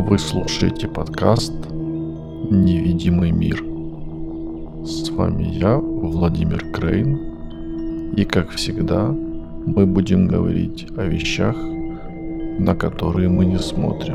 Вы слушаете подкаст «Невидимый мир». С вами я, Владимир Крейн, и как всегда мы будем говорить о вещах, на которые мы не смотрим.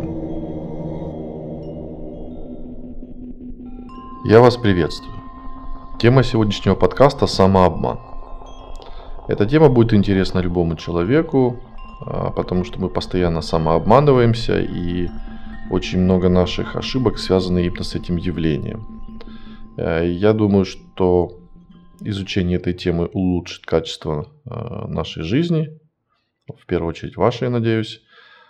Я вас приветствую. Тема сегодняшнего подкаста – самообман. Эта тема будет интересна любому человеку, потому что мы постоянно самообманываемся, и очень много наших ошибок связаны именно с этим явлением. Я думаю, что изучение этой темы улучшит качество нашей жизни, в первую очередь вашей, надеюсь.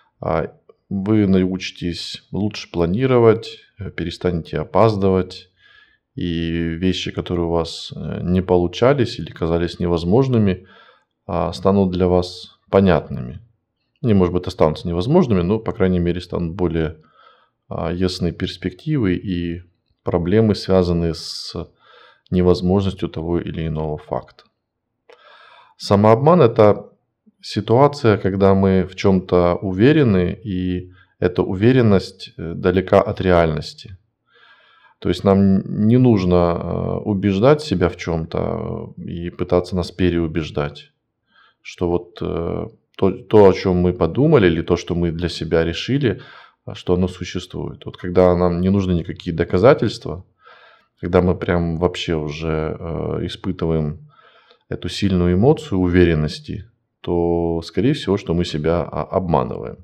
Вы научитесь лучше планировать, перестанете опаздывать, и вещи, которые у вас не получались или казались невозможными, станут для вас понятными. Они, может быть, останутся невозможными, но, по крайней мере, станут более ясны перспективы и проблемы, связанные с невозможностью того или иного факта. Самообман – это ситуация, когда мы в чем-то уверены, и эта уверенность далека от реальности. То есть нам не нужно убеждать себя в чем-то и пытаться нас переубеждать, что вот то, о чем мы подумали, или то, что мы для себя решили, что оно существует. Вот когда нам не нужны никакие доказательства, когда мы прям вообще уже испытываем эту сильную эмоцию уверенности, то, скорее всего, что мы себя обманываем.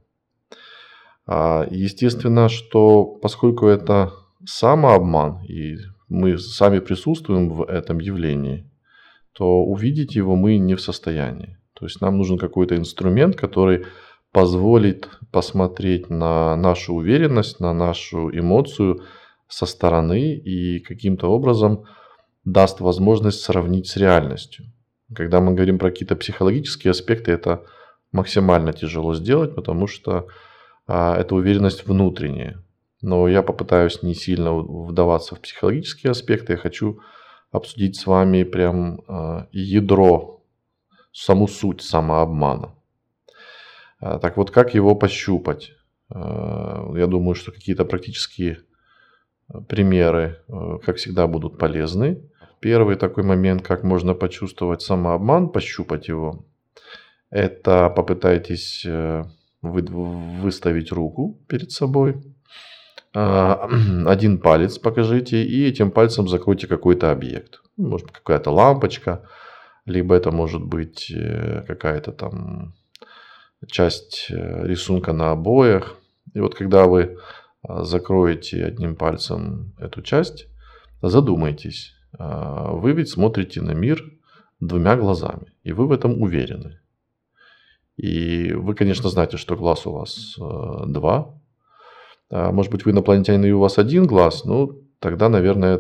Естественно, что поскольку это самообман, и мы сами присутствуем в этом явлении, то увидеть его мы не в состоянии. То есть нам нужен какой-то инструмент, который позволит посмотреть на нашу уверенность, на нашу эмоцию со стороны и каким-то образом даст возможность сравнить с реальностью. Когда мы говорим про какие-то психологические аспекты, это максимально тяжело сделать, потому что это уверенность внутренняя. Но я попытаюсь не сильно вдаваться в психологические аспекты. Я хочу обсудить с вами прям ядро, саму суть самообмана. Так вот, как его пощупать? Я думаю, что какие-то практические примеры, как всегда, будут полезны. Первый такой момент, как можно почувствовать самообман, пощупать его, это попытайтесь выставить руку перед собой. Один палец покажите и этим пальцем закройте какой-то объект. Может быть, какая-то лампочка, либо это может быть какая-то там часть рисунка на обоях. И вот когда вы закроете одним пальцем эту часть, задумайтесь. Вы ведь смотрите на мир двумя глазами, и вы в этом уверены. И вы, конечно, знаете, что глаз у вас два. Может быть, вы инопланетянин и у вас один глаз, ну, тогда, наверное,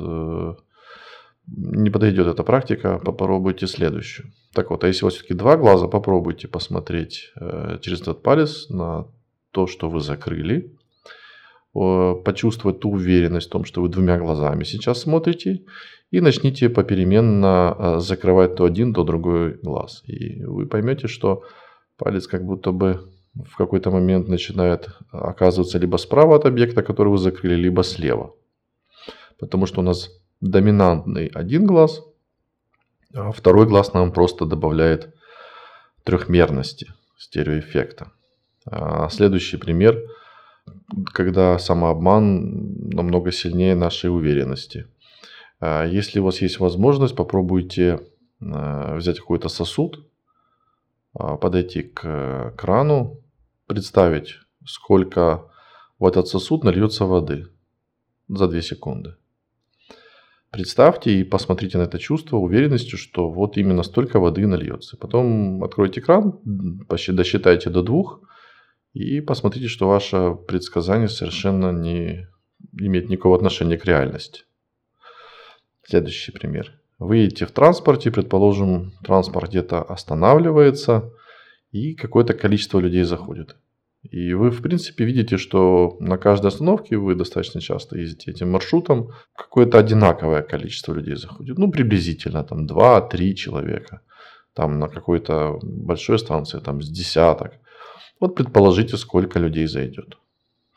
не подойдет эта практика, попробуйте следующую. Так вот, а если у вас все-таки два глаза, попробуйте посмотреть через этот палец на то, что вы закрыли, почувствовать ту уверенность в том, что вы двумя глазами сейчас смотрите, и начните попеременно закрывать то один, то другой глаз. И вы поймете, что палец как будто бы в какой-то момент начинает оказываться либо справа от объекта, который вы закрыли, либо слева. Потому что у нас доминантный один глаз, а второй глаз нам просто добавляет трехмерности, стереоэффекта. Следующий пример, когда самообман намного сильнее нашей уверенности. Если у вас есть возможность, попробуйте взять какой-то сосуд, подойти к крану, представить, сколько в этот сосуд нальется воды за 2 секунды. Представьте и посмотрите на это чувство уверенностью, что вот именно столько воды нальется. Потом откройте кран, досчитайте до 2 и посмотрите, что ваше предсказание совершенно не имеет никакого отношения к реальности. Следующий пример. Вы едете в транспорте, предположим, транспорт где-то останавливается, и какое-то количество людей заходит. И вы, в принципе, видите, что на каждой остановке, вы достаточно часто ездите этим маршрутом, какое-то одинаковое количество людей заходит. Ну, приблизительно, там 2-3 человека. Там на какой-то большой станции, там с десяток. Вот предположите, сколько людей зайдет.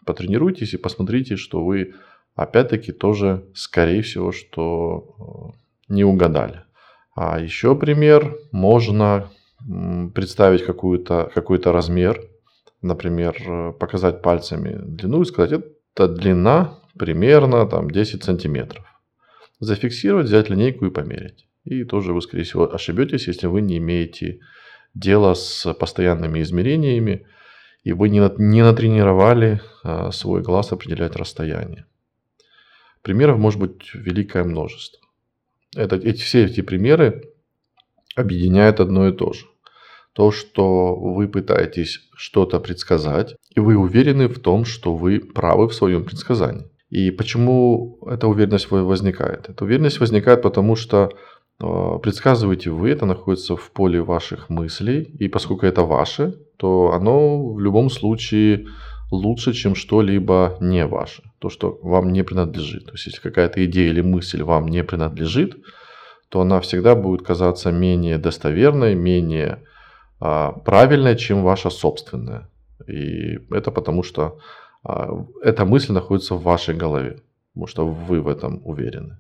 потренируйтесь и посмотрите, что вы опять-таки тоже, скорее всего, что не угадали. А еще пример. Можно представить какой-то размер, например, показать пальцами длину и сказать, это длина примерно 10 сантиметров. Зафиксировать, взять линейку и померить. И тоже вы, скорее всего, ошибетесь, если вы не имеете дела с постоянными измерениями, и вы не натренировали свой глаз определять расстояние. Примеров может быть великое множество. Все эти примеры объединяют одно и то же. То, что вы пытаетесь что-то предсказать, и вы уверены в том, что вы правы в своем предсказании. И почему эта уверенность возникает? Эта уверенность возникает потому, что предсказываете вы, это находится в поле ваших мыслей, и поскольку это ваше, то оно в любом случае лучше, чем что-либо не ваше, то, что вам не принадлежит. То есть, если какая-то идея или мысль вам не принадлежит, то она всегда будет казаться менее достоверной, менее правильной, чем ваша собственная. И это потому, что эта мысль находится в вашей голове, потому что вы в этом уверены.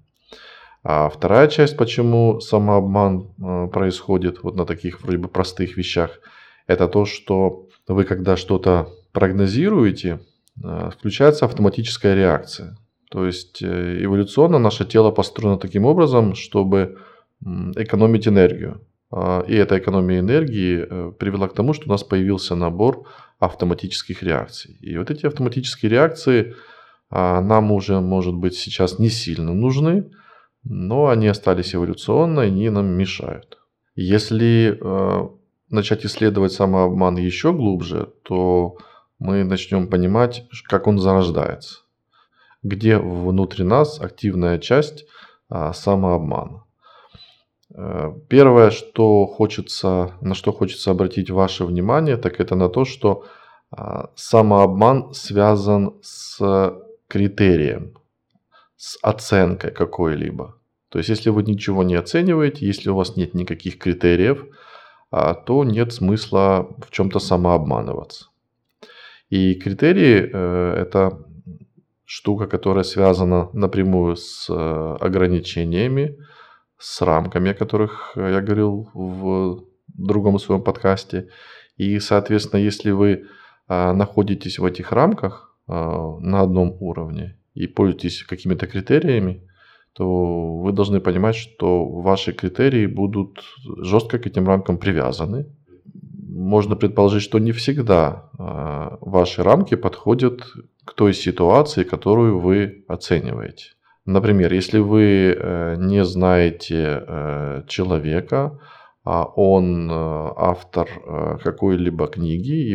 А вторая часть, почему самообман происходит вот на таких вроде бы простых вещах, это то, что вы, когда что-то прогнозируете, включается автоматическая реакция. То есть эволюционно наше тело построено таким образом, чтобы экономить энергию. И эта экономия энергии привела к тому, что у нас появился набор автоматических реакций. И вот эти автоматические реакции нам уже, может быть, сейчас не сильно нужны, но они остались эволюционно, и они нам мешают. Если начать исследовать самообман еще глубже, то мы начнем понимать, как он зарождается. Где внутри нас активная часть самообмана. Первое, на что хочется обратить ваше внимание, так это на то, что самообман связан с критерием, с оценкой какой-либо. То есть, если вы ничего не оцениваете, если у вас нет никаких критериев, то нет смысла в чем-то самообманываться. И критерии – это штука, которая связана напрямую с ограничениями, с рамками, о которых я говорил в другом своем подкасте. И, соответственно, если вы находитесь в этих рамках на одном уровне и пользуетесь какими-то критериями, то вы должны понимать, что ваши критерии будут жестко к этим рамкам привязаны. Можно предположить, что не всегда ваши рамки подходят к той ситуации, которую вы оцениваете. Например, если вы не знаете человека, а он автор какой-либо книги, и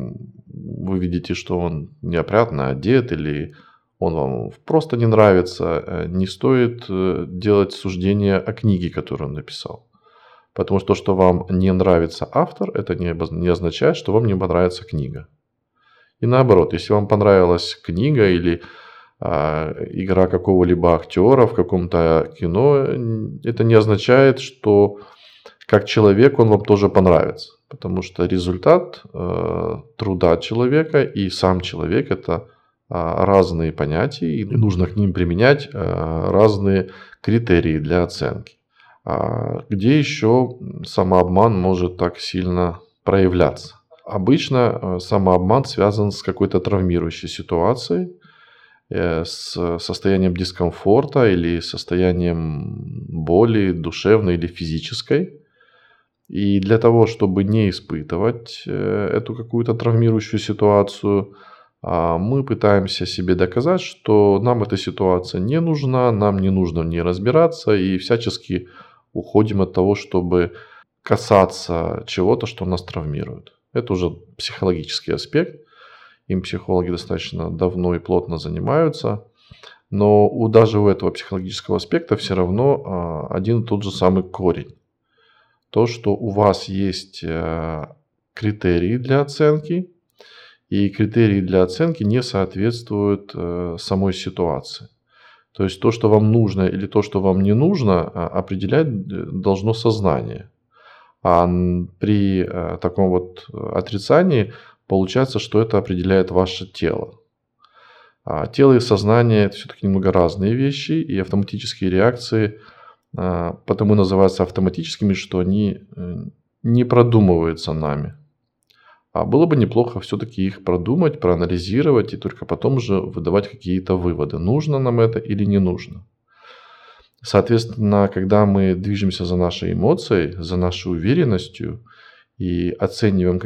вы видите, что он неопрятно одет или он вам просто не нравится, не стоит делать суждение о книге, которую он написал. Потому что то, что вам не нравится автор, это не означает, что вам не понравится книга. И наоборот, если вам понравилась книга или игра какого-либо актера в каком-то кино, это не означает, что как человек он вам тоже понравится. Потому что результат труда человека и сам человек – это разные понятия, и нужно к ним применять разные критерии для оценки. Где еще самообман может так сильно проявляться? Обычно самообман связан с какой-то травмирующей ситуацией, с состоянием дискомфорта или состоянием боли душевной или физической. И для того, чтобы не испытывать эту какую-то травмирующую ситуацию, мы пытаемся себе доказать, что нам эта ситуация не нужна, нам не нужно в ней разбираться, и всячески уходим от того, чтобы касаться чего-то, что нас травмирует. Это уже психологический аспект. Им психологи достаточно давно и плотно занимаются. Но даже у этого психологического аспекта все равно один и тот же самый корень. То, что у вас есть критерии для оценки, и критерии для оценки не соответствуют самой ситуации. То есть то, что вам нужно или то, что вам не нужно, определять должно сознание. А при таком вот отрицании получается, что это определяет ваше тело. А тело и сознание – это все-таки немного разные вещи, и автоматические реакции потому называются автоматическими, что они не продумываются нами. А было бы неплохо все-таки их продумать, проанализировать и только потом уже выдавать какие-то выводы, нужно нам это или не нужно. Соответственно, когда мы движемся за нашей эмоцией, за нашей уверенностью и оцениваем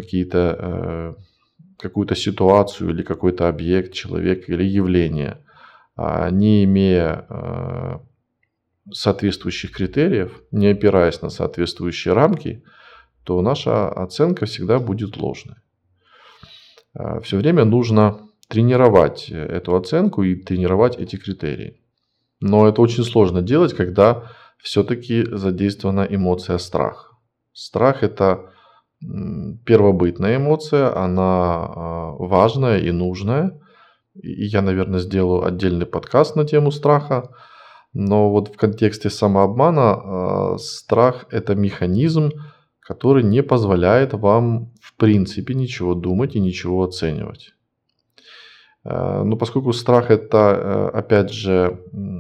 какую-то ситуацию или какой-то объект, человека или явление, не имея соответствующих критериев, не опираясь на соответствующие рамки, то наша оценка всегда будет ложной. Все время нужно тренировать эту оценку и тренировать эти критерии. Но это очень сложно делать, когда все-таки задействована эмоция страх. Страх – это первобытная эмоция, она важная и нужная. И я, наверное, сделаю отдельный подкаст на тему страха. Но вот в контексте самообмана страх – это механизм, который не позволяет вам в принципе ничего думать и ничего оценивать. Но поскольку страх – это, опять же,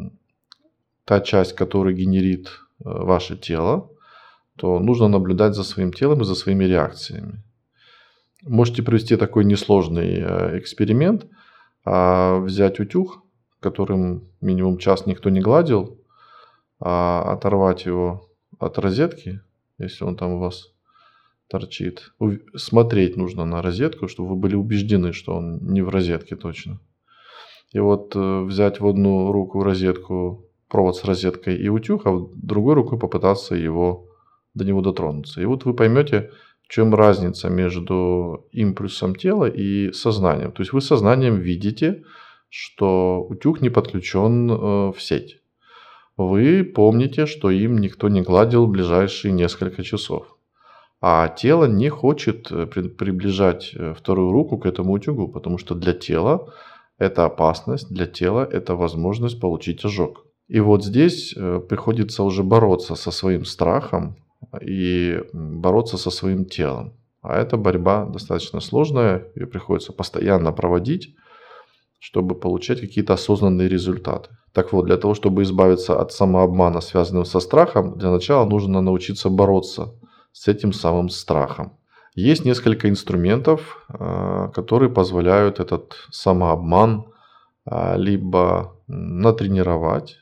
та часть, которая генерит ваше тело, то нужно наблюдать за своим телом и за своими реакциями. Можете провести такой несложный эксперимент, взять утюг, которым минимум час никто не гладил, оторвать его от розетки, если он там у вас торчит. Смотреть нужно на розетку, чтобы вы были убеждены, что он не в розетке точно. И вот взять в одну руку розетку, провод с розеткой и утюг, а в другой рукой попытаться до него дотронуться. И вот вы поймете, в чем разница между импульсом тела и сознанием. То есть вы сознанием видите, что утюг не подключен в сеть. Вы помните, что им никто не гладил ближайшие несколько часов. А тело не хочет приближать вторую руку к этому утюгу, потому что для тела это опасность, для тела это возможность получить ожог. И вот здесь приходится уже бороться со своим страхом и бороться со своим телом. А эта борьба достаточно сложная, ее приходится постоянно проводить, чтобы получать какие-то осознанные результаты. Так вот, для того, чтобы избавиться от самообмана, связанного со страхом, для начала нужно научиться бороться с этим самым страхом. Есть несколько инструментов, которые позволяют этот самообман либо натренировать,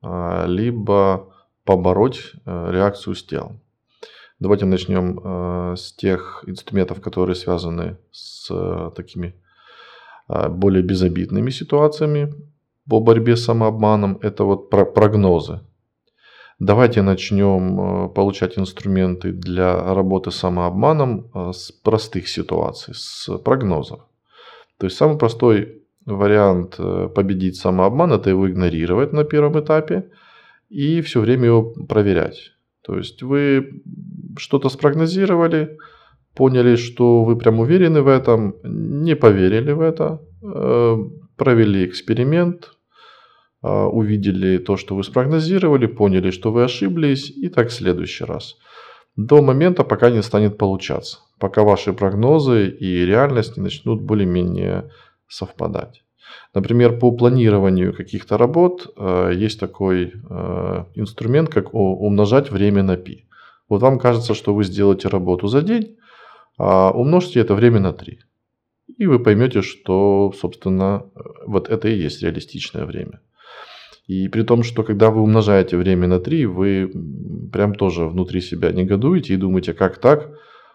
либо побороть реакцию с телом. Давайте начнем с тех инструментов, которые связаны с такими более безобидными ситуациями по борьбе с самообманом. Это вот прогнозы. Давайте начнем получать инструменты для работы с самообманом с простых ситуаций, с прогнозов. То есть самый простой вариант победить самообман – это его игнорировать на первом этапе и все время его проверять. То есть вы что-то спрогнозировали, поняли, что вы прям уверены в этом, не поверили в это, провели эксперимент, увидели то, что вы спрогнозировали, поняли, что вы ошиблись, и так в следующий раз. До момента, пока не станет получаться, пока ваши прогнозы и реальность не начнут более-менее совпадать. Например, по планированию каких-то работ есть такой инструмент, как умножать время на π. Вот вам кажется, что вы сделаете работу за день, умножьте это время на 3. И вы поймете, что, собственно, вот это и есть реалистичное время. И при том, что когда вы умножаете время на 3, вы прям тоже внутри себя негодуете и думаете, как так?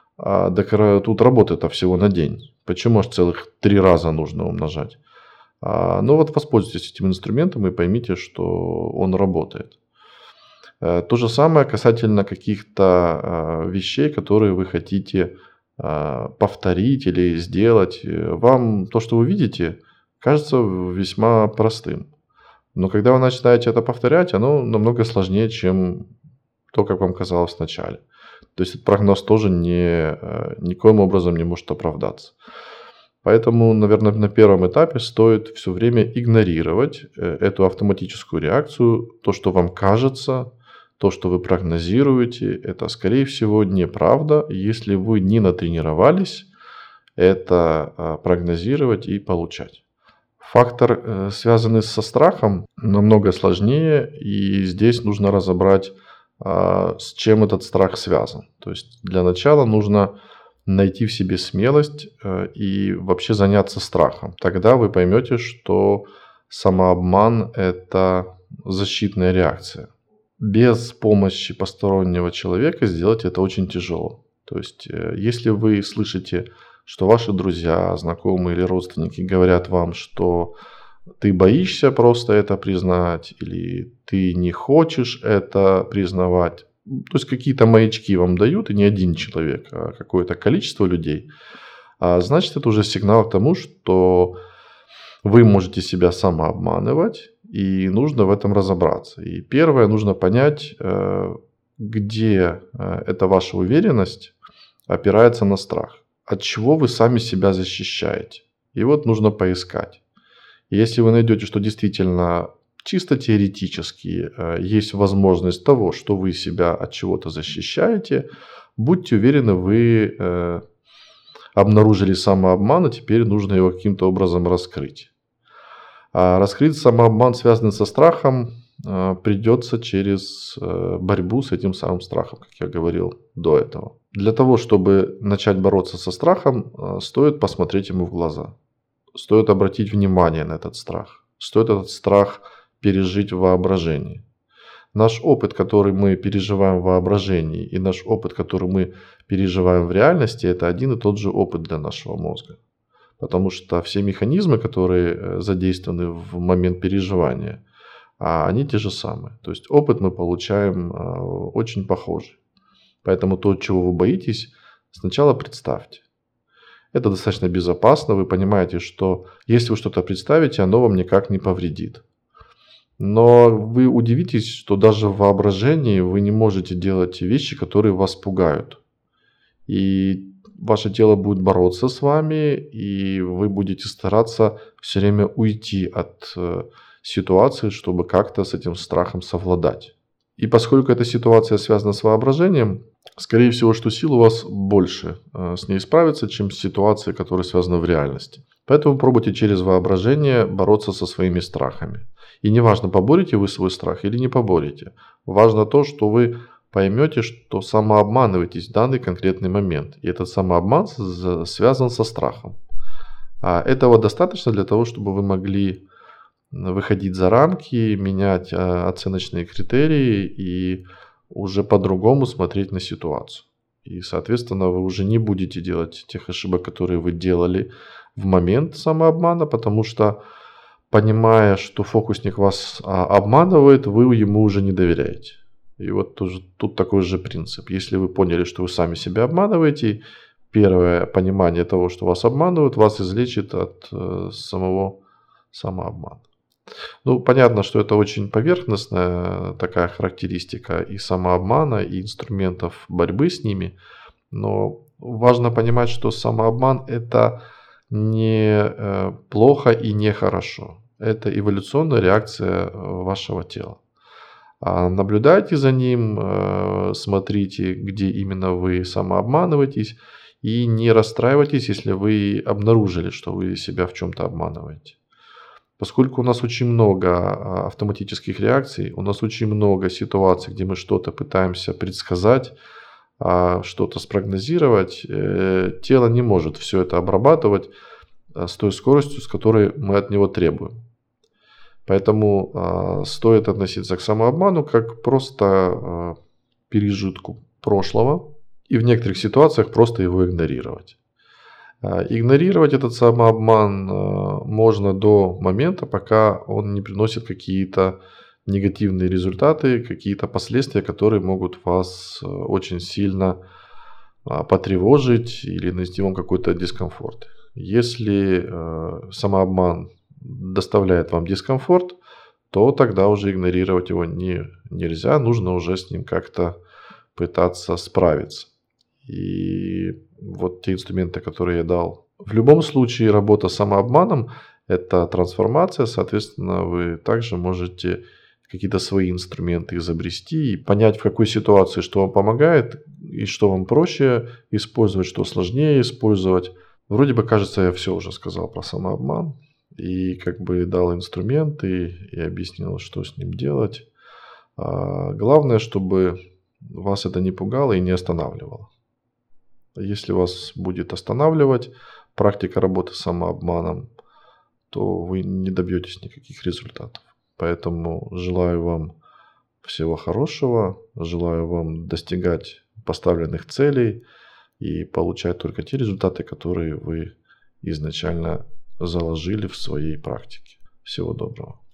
Тут работы-то всего на день. Почему аж целых 3 раза нужно умножать? Ну вот воспользуйтесь этим инструментом и поймите, что он работает. То же самое касательно каких-то вещей, которые вы хотите повторить или сделать. Вам то, что вы видите, кажется весьма простым. Но когда вы начинаете это повторять, оно намного сложнее, чем то, как вам казалось вначале. То есть этот прогноз тоже никоим образом не может оправдаться. Поэтому, наверное, на первом этапе стоит все время игнорировать эту автоматическую реакцию. То, что вам кажется, то, что вы прогнозируете, это, скорее всего, неправда, если вы не натренировались это прогнозировать и получать. Фактор, связанный со страхом, намного сложнее, и здесь нужно разобрать, с чем этот страх связан. То есть для начала нужно найти в себе смелость и вообще заняться страхом. Тогда вы поймете, что самообман – это защитная реакция. Без помощи постороннего человека сделать это очень тяжело. То есть, если вы слышите, что ваши друзья, знакомые или родственники говорят вам, что ты боишься просто это признать, или ты не хочешь это признавать, то есть какие-то маячки вам дают, и не один человек, а какое-то количество людей, значит, это уже сигнал к тому, что вы можете себя самообманывать, и нужно в этом разобраться. И первое, нужно понять, где эта ваша уверенность опирается на страх. От чего вы сами себя защищаете. И вот нужно поискать. И если вы найдете, что действительно чисто теоретически есть возможность того, что вы себя от чего-то защищаете, будьте уверены, вы обнаружили самообман, и теперь нужно его каким-то образом раскрыть. А раскрыть самообман, связанный со страхом, придется через борьбу с этим самым страхом, как я говорил до этого. Для того, чтобы начать бороться со страхом, стоит посмотреть ему в глаза. Стоит обратить внимание на этот страх. Стоит этот страх пережить в воображении. Наш опыт, который мы переживаем в воображении, и наш опыт, который мы переживаем в реальности, это один и тот же опыт для нашего мозга. Потому что все механизмы, которые задействованы в момент переживания, они те же самые. То есть опыт мы получаем очень похожий. Поэтому то, чего вы боитесь, сначала представьте. Это достаточно безопасно. Вы понимаете, что если вы что-то представите, оно вам никак не повредит. Но вы удивитесь, что даже в воображении вы не можете делать те вещи, которые вас пугают. И ваше тело будет бороться с вами, и вы будете стараться все время уйти от ситуации, чтобы как-то с этим страхом совладать. И поскольку эта ситуация связана с воображением, скорее всего, что сил у вас больше с ней справиться, чем с ситуацией, которая связана в реальности. Поэтому пробуйте через воображение бороться со своими страхами. И неважно, поборете вы свой страх или не поборете. Важно то, что вы поймете, что самообманываетесь в данный конкретный момент. И этот самообман связан со страхом. А этого достаточно для того, чтобы вы могли выходить за рамки, менять оценочные критерии и уже по-другому смотреть на ситуацию. И, соответственно, вы уже не будете делать тех ошибок, которые вы делали в момент самообмана, потому что, понимая, что фокусник вас обманывает, вы ему уже не доверяете. И вот тут такой же принцип. Если вы поняли, что вы сами себя обманываете, первое понимание того, что вас обманывают, вас излечит от самого самообмана. Ну, понятно, что это очень поверхностная такая характеристика и самообмана, и инструментов борьбы с ними. Но важно понимать, что самообман – это не плохо и не хорошо. Это эволюционная реакция вашего тела. Наблюдайте за ним, смотрите, где именно вы самообманываетесь, и не расстраивайтесь, если вы обнаружили, что вы себя в чем-то обманываете. Поскольку у нас очень много автоматических реакций, у нас очень много ситуаций, где мы что-то пытаемся предсказать, что-то спрогнозировать, тело не может все это обрабатывать с той скоростью, с которой мы от него требуем. Поэтому стоит относиться к самообману как просто пережитку прошлого и в некоторых ситуациях просто его игнорировать. Игнорировать этот самообман можно до момента, пока он не приносит какие-то негативные результаты, какие-то последствия, которые могут вас очень сильно потревожить или нанести вам какой-то дискомфорт. Если самообман доставляет вам дискомфорт, то тогда уже игнорировать его нельзя, нужно уже с ним как-то пытаться справиться. И вот те инструменты, которые я дал. В любом случае работа с самообманом – это трансформация, соответственно, вы также можете какие-то свои инструменты изобрести и понять, в какой ситуации что вам помогает и что вам проще использовать, что сложнее использовать. Вроде бы, кажется, я все уже сказал про самообман. и как бы дал инструменты и объяснил, что с ним делать. Главное, чтобы вас это не пугало и не останавливало. Если вас будет останавливать практика работы с самообманом, то вы не добьетесь никаких результатов. Поэтому желаю вам всего хорошего, желаю вам достигать поставленных целей и получать только те результаты, которые вы изначально заложили в своей практике. Всего доброго.